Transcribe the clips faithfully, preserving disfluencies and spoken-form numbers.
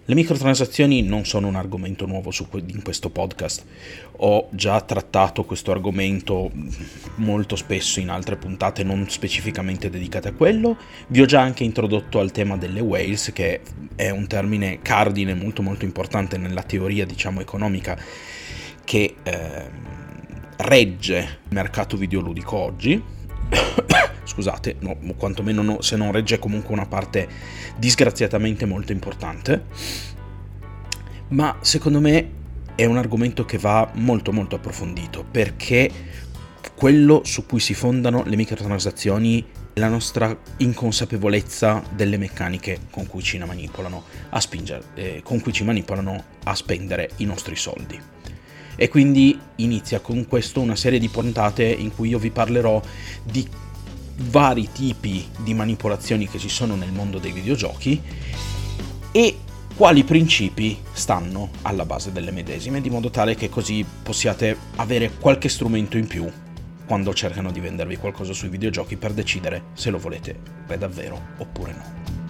Le microtransazioni non sono un argomento nuovo su que- in questo podcast. Ho già trattato questo argomento molto spesso in altre puntate non specificamente dedicate a quello. Vi ho già anche introdotto al tema delle whales, che è un termine cardine molto molto importante nella teoria, diciamo, economica che eh, regge il mercato videoludico oggi. Scusate, no, quantomeno no, se non regge comunque una parte disgraziatamente molto importante, ma secondo me è un argomento che va molto molto approfondito, perché quello su cui si fondano le microtransazioni è la nostra inconsapevolezza delle meccaniche con cui ci manipolano a spingere, eh, con cui ci manipolano a spendere i nostri soldi. E quindi inizia con questo una serie di puntate in cui io vi parlerò di vari tipi di manipolazioni che ci sono nel mondo dei videogiochi e quali principi stanno alla base delle medesime, di modo tale che così possiate avere qualche strumento in più quando cercano di vendervi qualcosa sui videogiochi per decidere se lo volete davvero oppure no.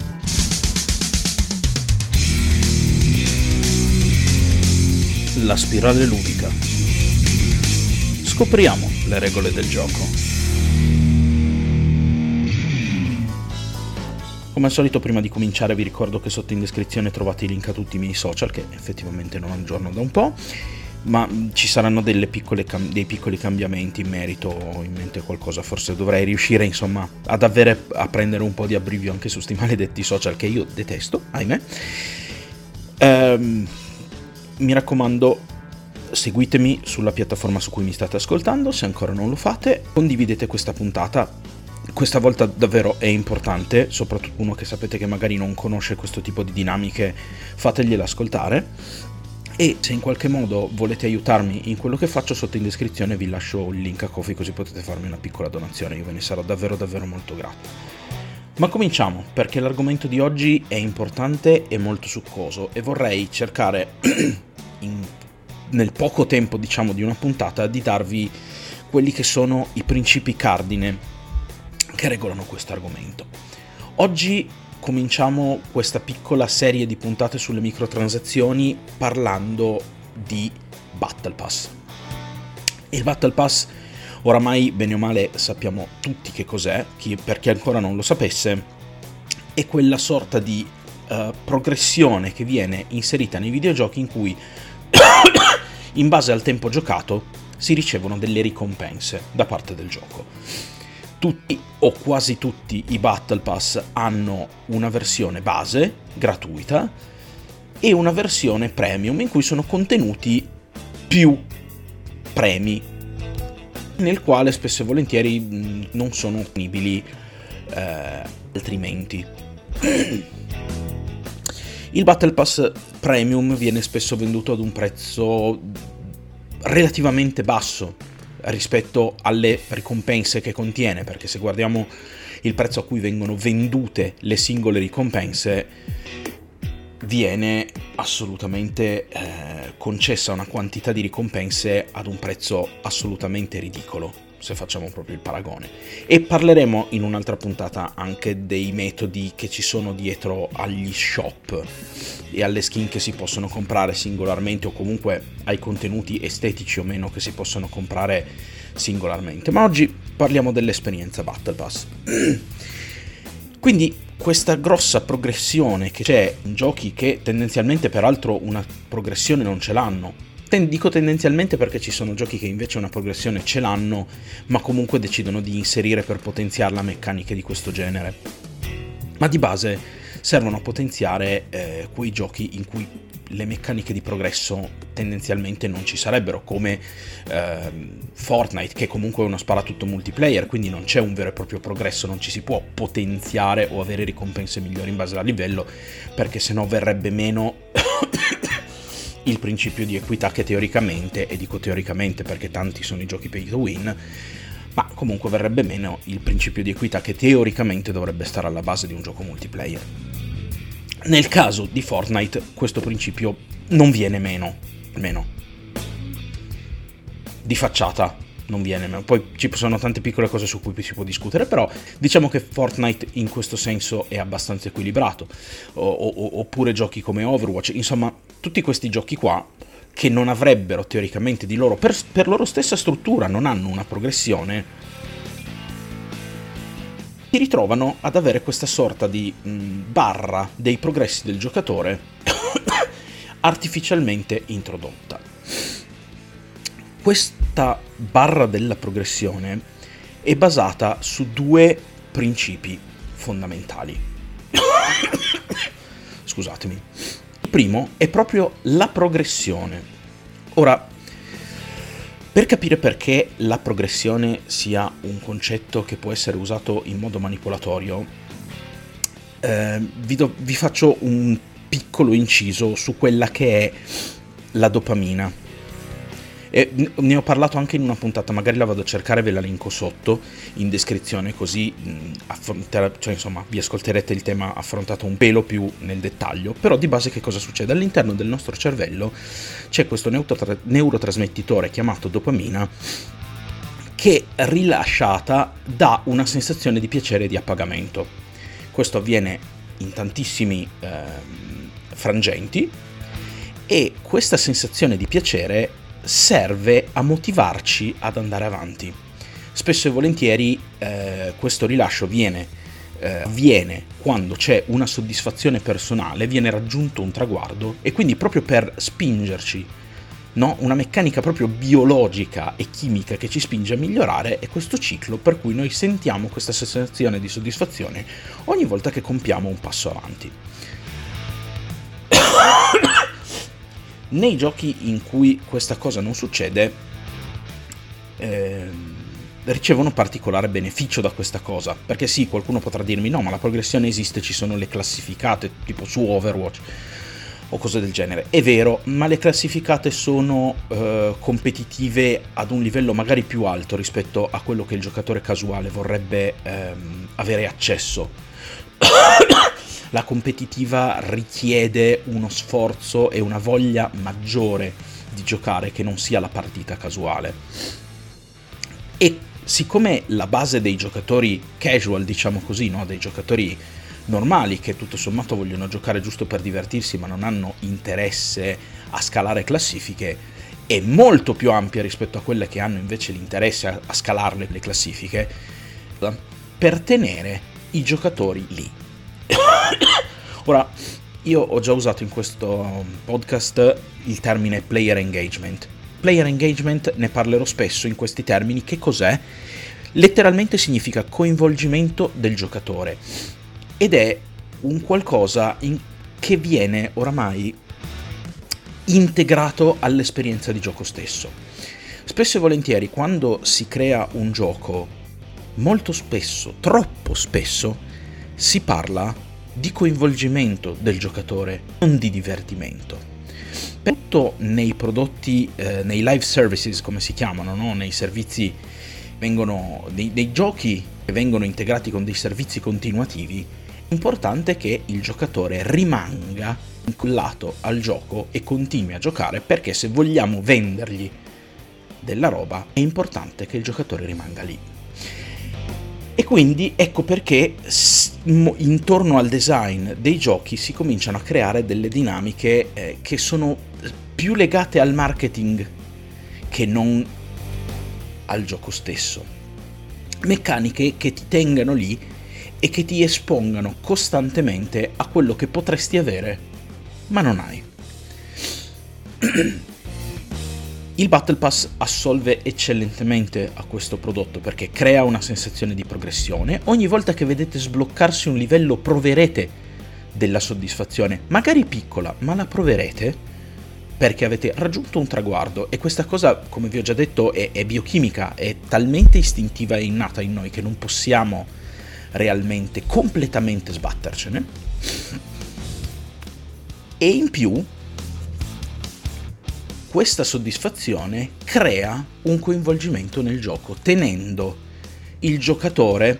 La spirale ludica. Scopriamo le regole del gioco. Come al solito, prima di cominciare vi ricordo che sotto in descrizione trovate i link a tutti i miei social, che effettivamente non aggiorno da un po', ma ci saranno delle piccole cam- dei piccoli cambiamenti in merito, ho in mente qualcosa, forse dovrei riuscire insomma ad avere, a prendere un po' di abbrivio anche su sti maledetti social che io detesto, ahimè. Ehm, mi raccomando, seguitemi sulla piattaforma su cui mi state ascoltando, se ancora non lo fate, condividete questa puntata. Questa volta davvero è importante, soprattutto uno che sapete che magari non conosce questo tipo di dinamiche, fategliela ascoltare. E se in qualche modo volete aiutarmi in quello che faccio, sotto in descrizione vi lascio il link a Ko-fi, così potete farmi una piccola donazione, io ve ne sarò davvero davvero molto grato. Ma cominciamo, perché l'argomento di oggi è importante e molto succoso e vorrei cercare in, nel poco tempo, diciamo, di una puntata, di darvi quelli che sono i principi cardine che regolano questo argomento. Oggi cominciamo questa piccola serie di puntate sulle microtransazioni parlando di Battle Pass. Il Battle Pass, oramai bene o male sappiamo tutti che cos'è, chi, per chi ancora non lo sapesse, è quella sorta di uh, progressione che viene inserita nei videogiochi in cui in base al tempo giocato si ricevono delle ricompense da parte del gioco. Tutti o quasi tutti i Battle Pass hanno una versione base, gratuita, e una versione premium in cui sono contenuti più premi, nel quale spesso e volentieri mh, non sono disponibili eh, altrimenti. Il Battle Pass Premium viene spesso venduto ad un prezzo relativamente basso rispetto alle ricompense che contiene, perché se guardiamo il prezzo a cui vengono vendute le singole ricompense, viene assolutamente eh, concessa una quantità di ricompense ad un prezzo assolutamente ridicolo, se facciamo proprio il paragone. E parleremo in un'altra puntata anche dei metodi che ci sono dietro agli shop e alle skin che si possono comprare singolarmente, o comunque ai contenuti estetici o meno che si possono comprare singolarmente. Ma oggi parliamo dell'esperienza Battle Pass. Quindi questa grossa progressione che c'è in giochi che tendenzialmente peraltro una progressione non ce l'hanno. Ten- dico tendenzialmente perché ci sono giochi che invece una progressione ce l'hanno, ma comunque decidono di inserire per potenziarla meccaniche di questo genere. Ma di base servono a potenziare eh, quei giochi in cui le meccaniche di progresso tendenzialmente non ci sarebbero, come eh, Fortnite, che comunque è uno sparatutto multiplayer, quindi non c'è un vero e proprio progresso, non ci si può potenziare o avere ricompense migliori in base al livello, perché sennò verrebbe meno il principio di equità che teoricamente, e dico teoricamente perché tanti sono i giochi pay to win, ma comunque verrebbe meno il principio di equità che teoricamente dovrebbe stare alla base di un gioco multiplayer. Nel caso di Fortnite questo principio non viene meno, almeno di facciata non viene, poi ci sono tante piccole cose su cui si può discutere, però diciamo che Fortnite in questo senso è abbastanza equilibrato, o, o, oppure giochi come Overwatch, insomma tutti questi giochi qua che non avrebbero teoricamente di loro, per, per loro stessa struttura, non hanno una progressione, si ritrovano ad avere questa sorta di mh, barra dei progressi del giocatore artificialmente introdotta. Questa barra della progressione è basata su due principi fondamentali. Scusatemi. Il primo è proprio la progressione. Ora, per capire perché la progressione sia un concetto che può essere usato in modo manipolatorio, eh, vi, do, vi faccio un piccolo inciso su quella che è la dopamina. E ne ho parlato anche in una puntata, magari la vado a cercare, ve la linko sotto in descrizione, così cioè, insomma, vi ascolterete il tema affrontato un pelo più nel dettaglio. Però di base che cosa succede? All'interno del nostro cervello c'è questo neurotra- neurotrasmettitore chiamato dopamina, che rilasciata dà una sensazione di piacere e di appagamento. Questo avviene in tantissimi eh, frangenti, e questa sensazione di piacere serve a motivarci ad andare avanti. Spesso e volentieri eh, questo rilascio viene, eh, avviene quando c'è una soddisfazione personale, viene raggiunto un traguardo, e quindi proprio per spingerci, no? Una meccanica proprio biologica e chimica che ci spinge a migliorare è questo ciclo per cui noi sentiamo questa sensazione di soddisfazione ogni volta che compiamo un passo avanti. Nei giochi in cui questa cosa non succede, eh, ricevono particolare beneficio da questa cosa, perché sì, qualcuno potrà dirmi no, ma la progressione esiste, ci sono le classificate, tipo su Overwatch o cose del genere. È vero, ma le classificate sono eh, competitive ad un livello magari più alto rispetto a quello che il giocatore casuale vorrebbe ehm, avere accesso. La competitiva richiede uno sforzo e una voglia maggiore di giocare che non sia la partita casuale. E siccome la base dei giocatori casual, diciamo così, no, dei giocatori normali che tutto sommato vogliono giocare giusto per divertirsi ma non hanno interesse a scalare classifiche, è molto più ampia rispetto a quelle che hanno invece l'interesse a, a scalarle le classifiche, per tenere i giocatori lì. Ora, io ho già usato in questo podcast il termine player engagement. Player engagement, ne parlerò spesso in questi termini. Che cos'è? Letteralmente significa coinvolgimento del giocatore, ed è un qualcosa in che viene oramai integrato all'esperienza di gioco stesso. Spesso e volentieri quando si crea un gioco, molto spesso, troppo spesso, si parla di coinvolgimento del giocatore, non di divertimento. Tutto nei prodotti, eh, nei live services come si chiamano, no? Nei servizi vengono, dei, dei giochi che vengono integrati con dei servizi continuativi, è importante che il giocatore rimanga incollato al gioco e continui a giocare, perché se vogliamo vendergli della roba è importante che il giocatore rimanga lì. E quindi ecco perché intorno al design dei giochi si cominciano a creare delle dinamiche eh, che sono più legate al marketing che non al gioco stesso. Meccaniche che ti tengano lì e che ti espongano costantemente a quello che potresti avere, ma non hai. Il Battle Pass assolve eccellentemente a questo prodotto, perché crea una sensazione di progressione. Ogni volta che vedete sbloccarsi un livello proverete della soddisfazione, magari piccola, ma la proverete perché avete raggiunto un traguardo, e questa cosa, come vi ho già detto, è, è biochimica, è talmente istintiva e innata in noi che non possiamo realmente, completamente sbattercene. E in più questa soddisfazione crea un coinvolgimento nel gioco, tenendo il giocatore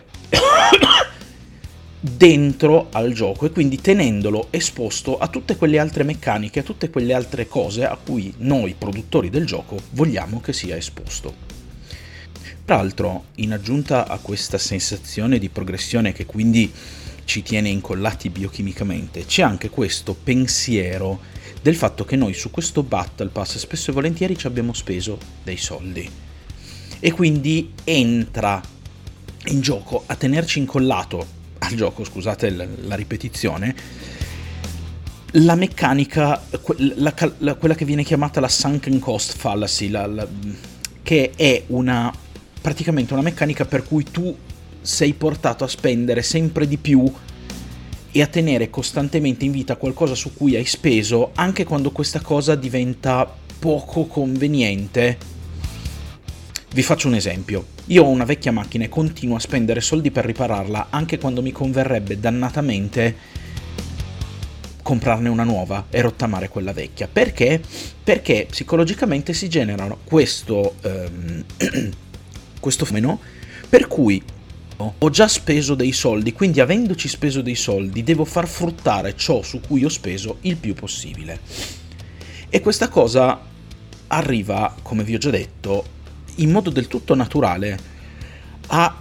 dentro al gioco e quindi tenendolo esposto a tutte quelle altre meccaniche, a tutte quelle altre cose a cui noi produttori del gioco vogliamo che sia esposto. Tra l'altro, in aggiunta a questa sensazione di progressione che quindi ci tiene incollati biochimicamente, c'è anche questo pensiero del fatto che noi su questo Battle Pass spesso e volentieri ci abbiamo speso dei soldi e quindi entra in gioco a tenerci incollato al gioco, scusate la, la ripetizione, la meccanica, la, la, quella che viene chiamata la sunken cost fallacy, la, la, che è una praticamente una meccanica per cui tu sei portato a spendere sempre di più e a tenere costantemente in vita qualcosa su cui hai speso, anche quando questa cosa diventa poco conveniente. Vi faccio un esempio. Io ho una vecchia macchina e continuo a spendere soldi per ripararla, anche quando mi converrebbe dannatamente comprarne una nuova e rottamare quella vecchia. Perché? Perché psicologicamente si generano questo, ehm, questo fenomeno per cui ho già speso dei soldi, quindi avendoci speso dei soldi devo far fruttare ciò su cui ho speso il più possibile. E questa cosa arriva, come vi ho già detto, in modo del tutto naturale a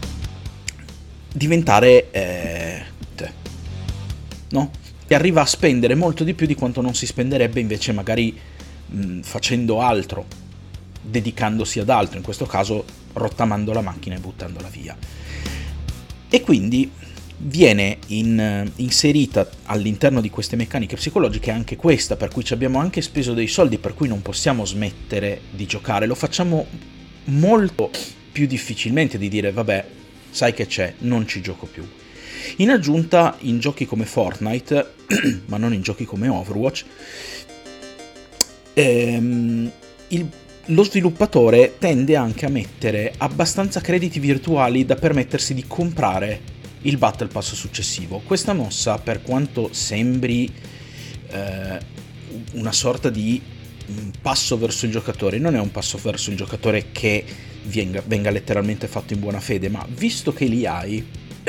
diventare eh, no? E arriva a spendere molto di più di quanto non si spenderebbe invece magari mh, facendo altro, dedicandosi ad altro, in questo caso rottamando la macchina e buttandola via. E quindi viene in, inserita all'interno di queste meccaniche psicologiche anche questa, per cui ci abbiamo anche speso dei soldi, per cui non possiamo smettere di giocare. Lo facciamo molto più difficilmente di dire vabbè, sai che c'è, non ci gioco più. In aggiunta, in giochi come Fortnite, ma non in giochi come Overwatch, ehm, il lo sviluppatore tende anche a mettere abbastanza crediti virtuali da permettersi di comprare il Battle Pass successivo. Questa mossa, per quanto sembri eh, una sorta di passo verso il giocatore, non è un passo verso il giocatore che venga, venga letteralmente fatto in buona fede, ma visto che li hai,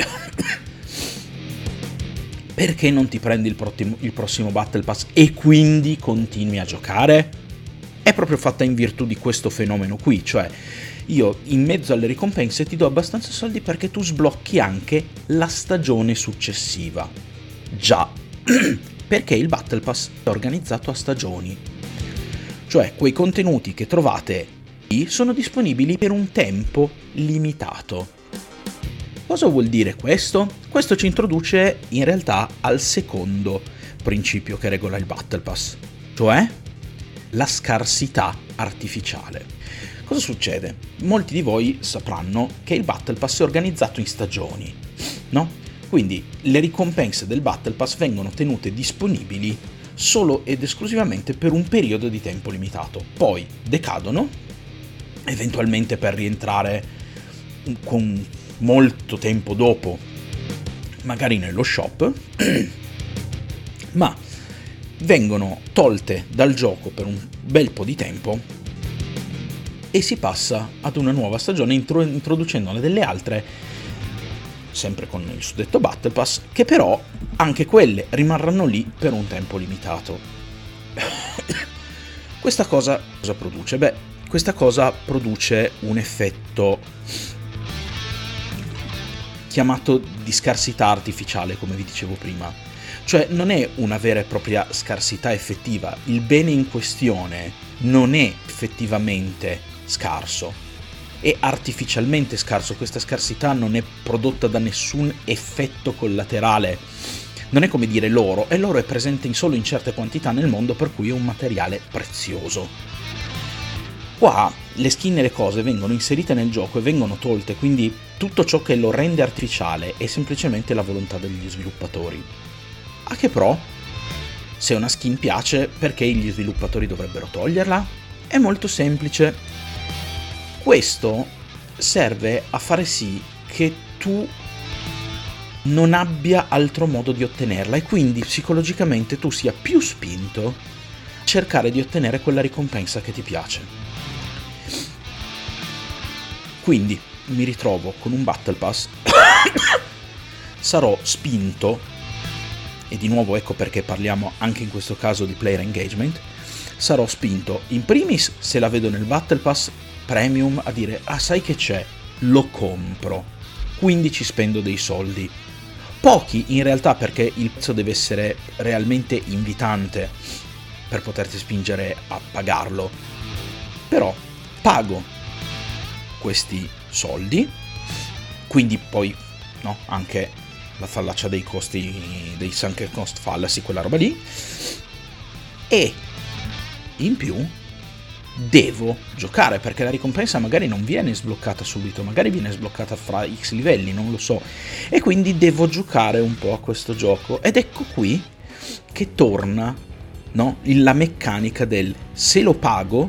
perché non ti prendi il, protimo, il prossimo Battle Pass e quindi continui a giocare? È proprio fatta in virtù di questo fenomeno qui, cioè io in mezzo alle ricompense ti do abbastanza soldi perché tu sblocchi anche la stagione successiva. Già, perché il Battle Pass è organizzato a stagioni, cioè quei contenuti che trovate lì sono disponibili per un tempo limitato. Cosa vuol dire questo? Questo ci introduce in realtà al secondo principio che regola il Battle Pass, cioè la scarsità artificiale. Cosa succede? Molti di voi sapranno che il Battle Pass è organizzato in stagioni, no? Quindi le ricompense del Battle Pass vengono tenute disponibili solo ed esclusivamente per un periodo di tempo limitato. Poi decadono, eventualmente per rientrare con molto tempo dopo, magari nello shop, ma vengono tolte dal gioco per un bel po' di tempo e si passa ad una nuova stagione introducendone delle altre, sempre con il suddetto Battle Pass, che però anche quelle rimarranno lì per un tempo limitato. Questa cosa cosa produce? Beh, questa cosa produce un effetto chiamato di scarsità artificiale, come vi dicevo prima. Cioè non è una vera e propria scarsità effettiva, il bene in questione non è effettivamente scarso, è artificialmente scarso, questa scarsità non è prodotta da nessun effetto collaterale, non è come dire l'oro, e l'oro è presente in solo in certe quantità nel mondo, per cui è un materiale prezioso. Qua le skin e le cose vengono inserite nel gioco e vengono tolte, quindi tutto ciò che lo rende artificiale è semplicemente la volontà degli sviluppatori. A che pro? Se una skin piace, perché gli sviluppatori dovrebbero toglierla? È molto semplice. Questo serve a fare sì che tu non abbia altro modo di ottenerla e quindi psicologicamente tu sia più spinto a cercare di ottenere quella ricompensa che ti piace. Quindi mi ritrovo con un Battle Pass, sarò spinto, e di nuovo ecco perché parliamo anche in questo caso di player engagement, sarò spinto in primis, se la vedo nel Battle Pass, premium a dire ah sai che c'è, lo compro, quindi ci spendo dei soldi. Pochi in realtà, perché il prezzo deve essere realmente invitante per poterti spingere a pagarlo, però pago questi soldi, quindi poi no, anche la fallaccia dei costi, dei sunk cost fallacy, quella roba lì, e in più devo giocare, perché la ricompensa magari non viene sbloccata subito, magari viene sbloccata fra X livelli, non lo so, e quindi devo giocare un po' a questo gioco, ed ecco qui che torna, no, la meccanica del se lo pago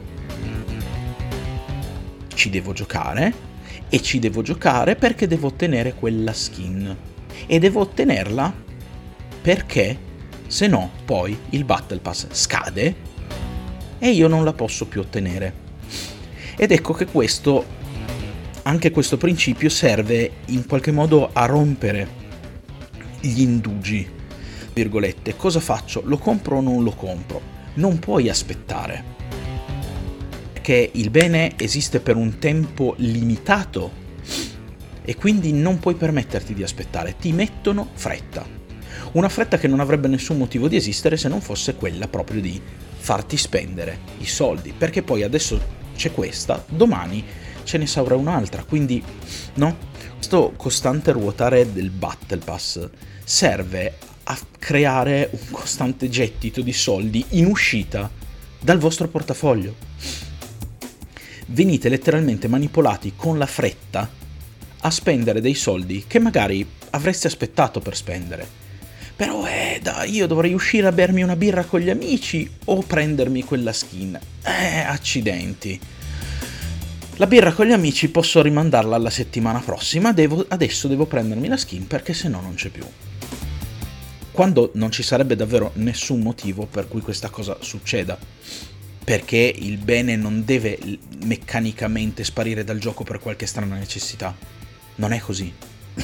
ci devo giocare, e ci devo giocare perché devo ottenere quella skin, e devo ottenerla perché se no poi il Battle Pass scade e io non la posso più ottenere. Ed ecco che questo, anche questo principio serve in qualche modo a rompere gli indugi, virgolette. Cosa faccio? Lo compro o non lo compro? Non puoi aspettare, perché il bene esiste per un tempo limitato e quindi non puoi permetterti di aspettare, ti mettono fretta. Una fretta che non avrebbe nessun motivo di esistere se non fosse quella proprio di farti spendere i soldi, perché poi adesso c'è questa, domani ce ne sarà un'altra, quindi no? Questo costante ruotare del Battle Pass serve a creare un costante gettito di soldi in uscita dal vostro portafoglio. Venite letteralmente manipolati con la fretta a spendere dei soldi che magari avreste aspettato per spendere. Però eh dai, io dovrei uscire a bermi una birra con gli amici o prendermi quella skin. Eh, accidenti. La birra con gli amici posso rimandarla alla settimana prossima, devo, adesso devo prendermi la skin perché se no non c'è più. Quando non ci sarebbe davvero nessun motivo per cui questa cosa succeda, perché il bene non deve meccanicamente sparire dal gioco per qualche strana necessità. Non è così.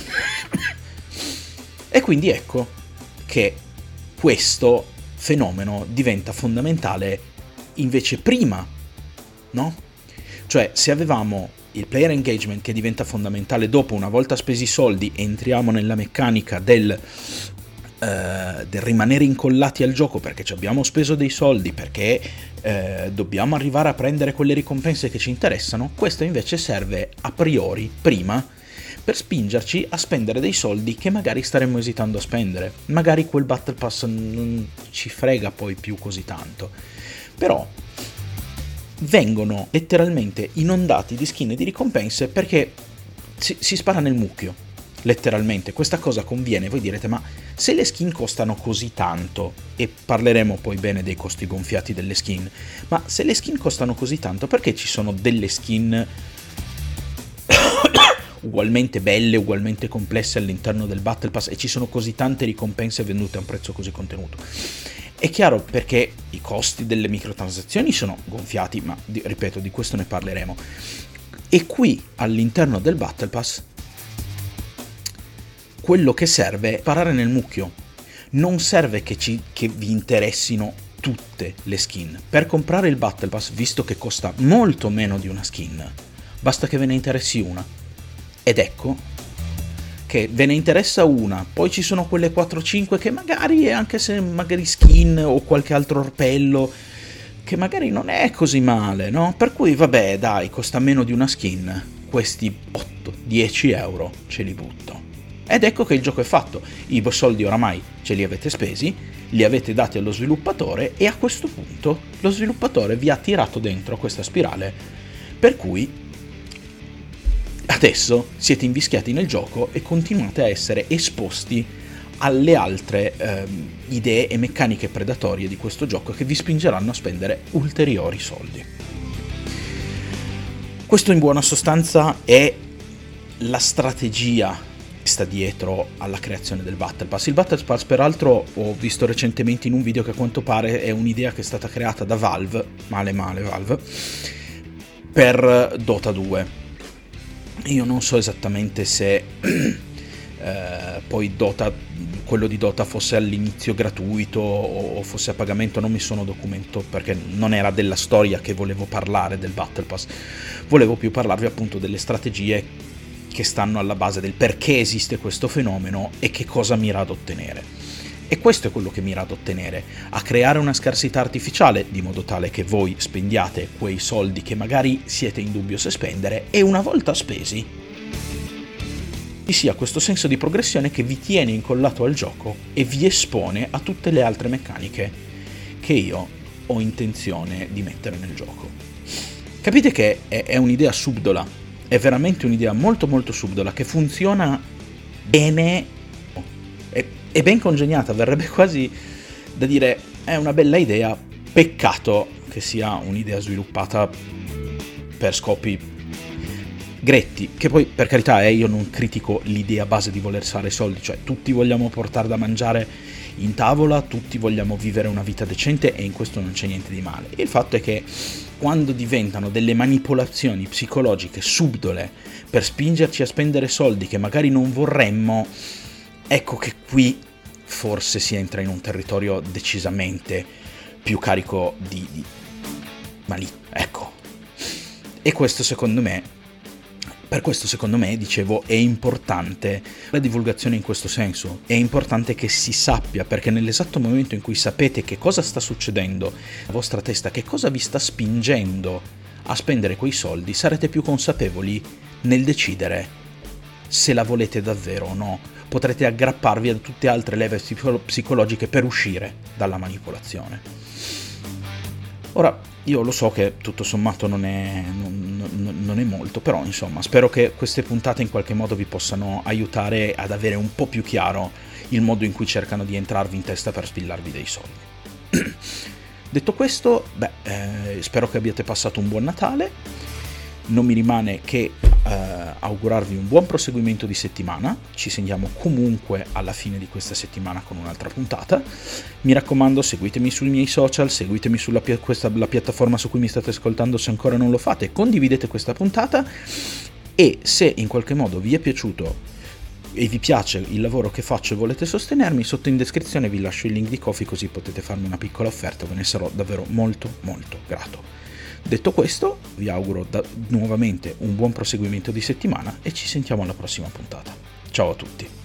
E quindi ecco che questo fenomeno diventa fondamentale invece prima, no? Cioè, se avevamo il player engagement che diventa fondamentale dopo, una volta spesi i soldi, entriamo nella meccanica del, uh, del rimanere incollati al gioco perché ci abbiamo speso dei soldi, perché uh, dobbiamo arrivare a prendere quelle ricompense che ci interessano, questo invece serve a priori, prima, per spingerci a spendere dei soldi che magari staremmo esitando a spendere. Magari quel Battle Pass non ci frega poi più così tanto. Però vengono letteralmente inondati di skin e di ricompense perché si, si spara nel mucchio. Letteralmente. Questa cosa conviene. Voi direte, ma se le skin costano così tanto, e parleremo poi bene dei costi gonfiati delle skin, ma se le skin costano così tanto, perché ci sono delle skin ugualmente belle, ugualmente complesse all'interno del Battle Pass e ci sono così tante ricompense vendute a un prezzo così contenuto? È chiaro, perché i costi delle microtransazioni sono gonfiati, ma di, ripeto, di questo ne parleremo. E qui all'interno del Battle Pass quello che serve è parare nel mucchio. Non serve che, ci, che vi interessino tutte le skin. Per comprare il Battle Pass, visto che costa molto meno di una skin, basta che ve ne interessi una. Ed ecco che ve ne interessa una, poi ci sono quelle quattro cinque che magari, anche se magari skin o qualche altro orpello, che magari non è così male, no? Per cui vabbè, dai, costa meno di una skin, questi otto dieci euro ce li butto. Ed ecco che il gioco è fatto, i soldi oramai ce li avete spesi, li avete dati allo sviluppatore e a questo punto lo sviluppatore vi ha tirato dentro questa spirale, per cui adesso siete invischiati nel gioco e continuate a essere esposti alle altre ehm, idee e meccaniche predatorie di questo gioco che vi spingeranno a spendere ulteriori soldi. Questo in buona sostanza è la strategia che sta dietro alla creazione del Battle Pass. Il Battle Pass, peraltro, ho visto recentemente in un video che a quanto pare è un'idea che è stata creata da Valve, male male Valve, per Dota due. Io non so esattamente se eh, poi Dota, quello di Dota fosse all'inizio gratuito o fosse a pagamento, non mi sono documentato perché non era della storia che volevo parlare del Battle Pass, volevo più parlarvi appunto delle strategie che stanno alla base del perché esiste questo fenomeno e che cosa mira ad ottenere. E questo è quello che mira ad ottenere, a creare una scarsità artificiale, di modo tale che voi spendiate quei soldi che magari siete in dubbio se spendere, e una volta spesi ci sia questo senso di progressione che vi tiene incollato al gioco e vi espone a tutte le altre meccaniche che io ho intenzione di mettere nel gioco. Capite che è, è un'idea subdola, è veramente un'idea molto molto subdola, che funziona bene, è, è ben congegnata, verrebbe quasi da dire è una bella idea, peccato che sia un'idea sviluppata per scopi gretti, che poi per carità eh, io non critico l'idea base di voler fare soldi, cioè tutti vogliamo portare da mangiare in tavola, tutti vogliamo vivere una vita decente e in questo non c'è niente di male. Il fatto è che quando diventano delle manipolazioni psicologiche subdole per spingerci a spendere soldi che magari non vorremmo, ecco che qui forse si entra in un territorio decisamente più carico di, di malizia, ecco. E questo secondo me Per questo secondo me, dicevo, è importante la divulgazione in questo senso, è importante che si sappia, perché nell'esatto momento in cui sapete che cosa sta succedendo nella vostra testa, che cosa vi sta spingendo a spendere quei soldi, sarete più consapevoli nel decidere se la volete davvero o no. Potrete aggrapparvi a tutte altre leve psicologiche per uscire dalla manipolazione. Ora, io lo so che tutto sommato non è, non, non è molto, però insomma spero che queste puntate in qualche modo vi possano aiutare ad avere un po' più chiaro il modo in cui cercano di entrarvi in testa per spillarvi dei soldi. Detto questo, beh, eh, spero che abbiate passato un buon Natale. Non mi rimane che eh, augurarvi un buon proseguimento di settimana. Ci sentiamo comunque alla fine di questa settimana con un'altra puntata. Mi raccomando, seguitemi sui miei social, seguitemi sulla pi- questa, la piattaforma su cui mi state ascoltando se ancora non lo fate, condividete questa puntata e se in qualche modo vi è piaciuto e vi piace il lavoro che faccio e volete sostenermi, sotto in descrizione vi lascio il link di Ko-fi, così potete farmi una piccola offerta, ve ne sarò davvero molto molto grato. Detto questo, vi auguro da- nuovamente un buon proseguimento di settimana e ci sentiamo alla prossima puntata. Ciao a tutti!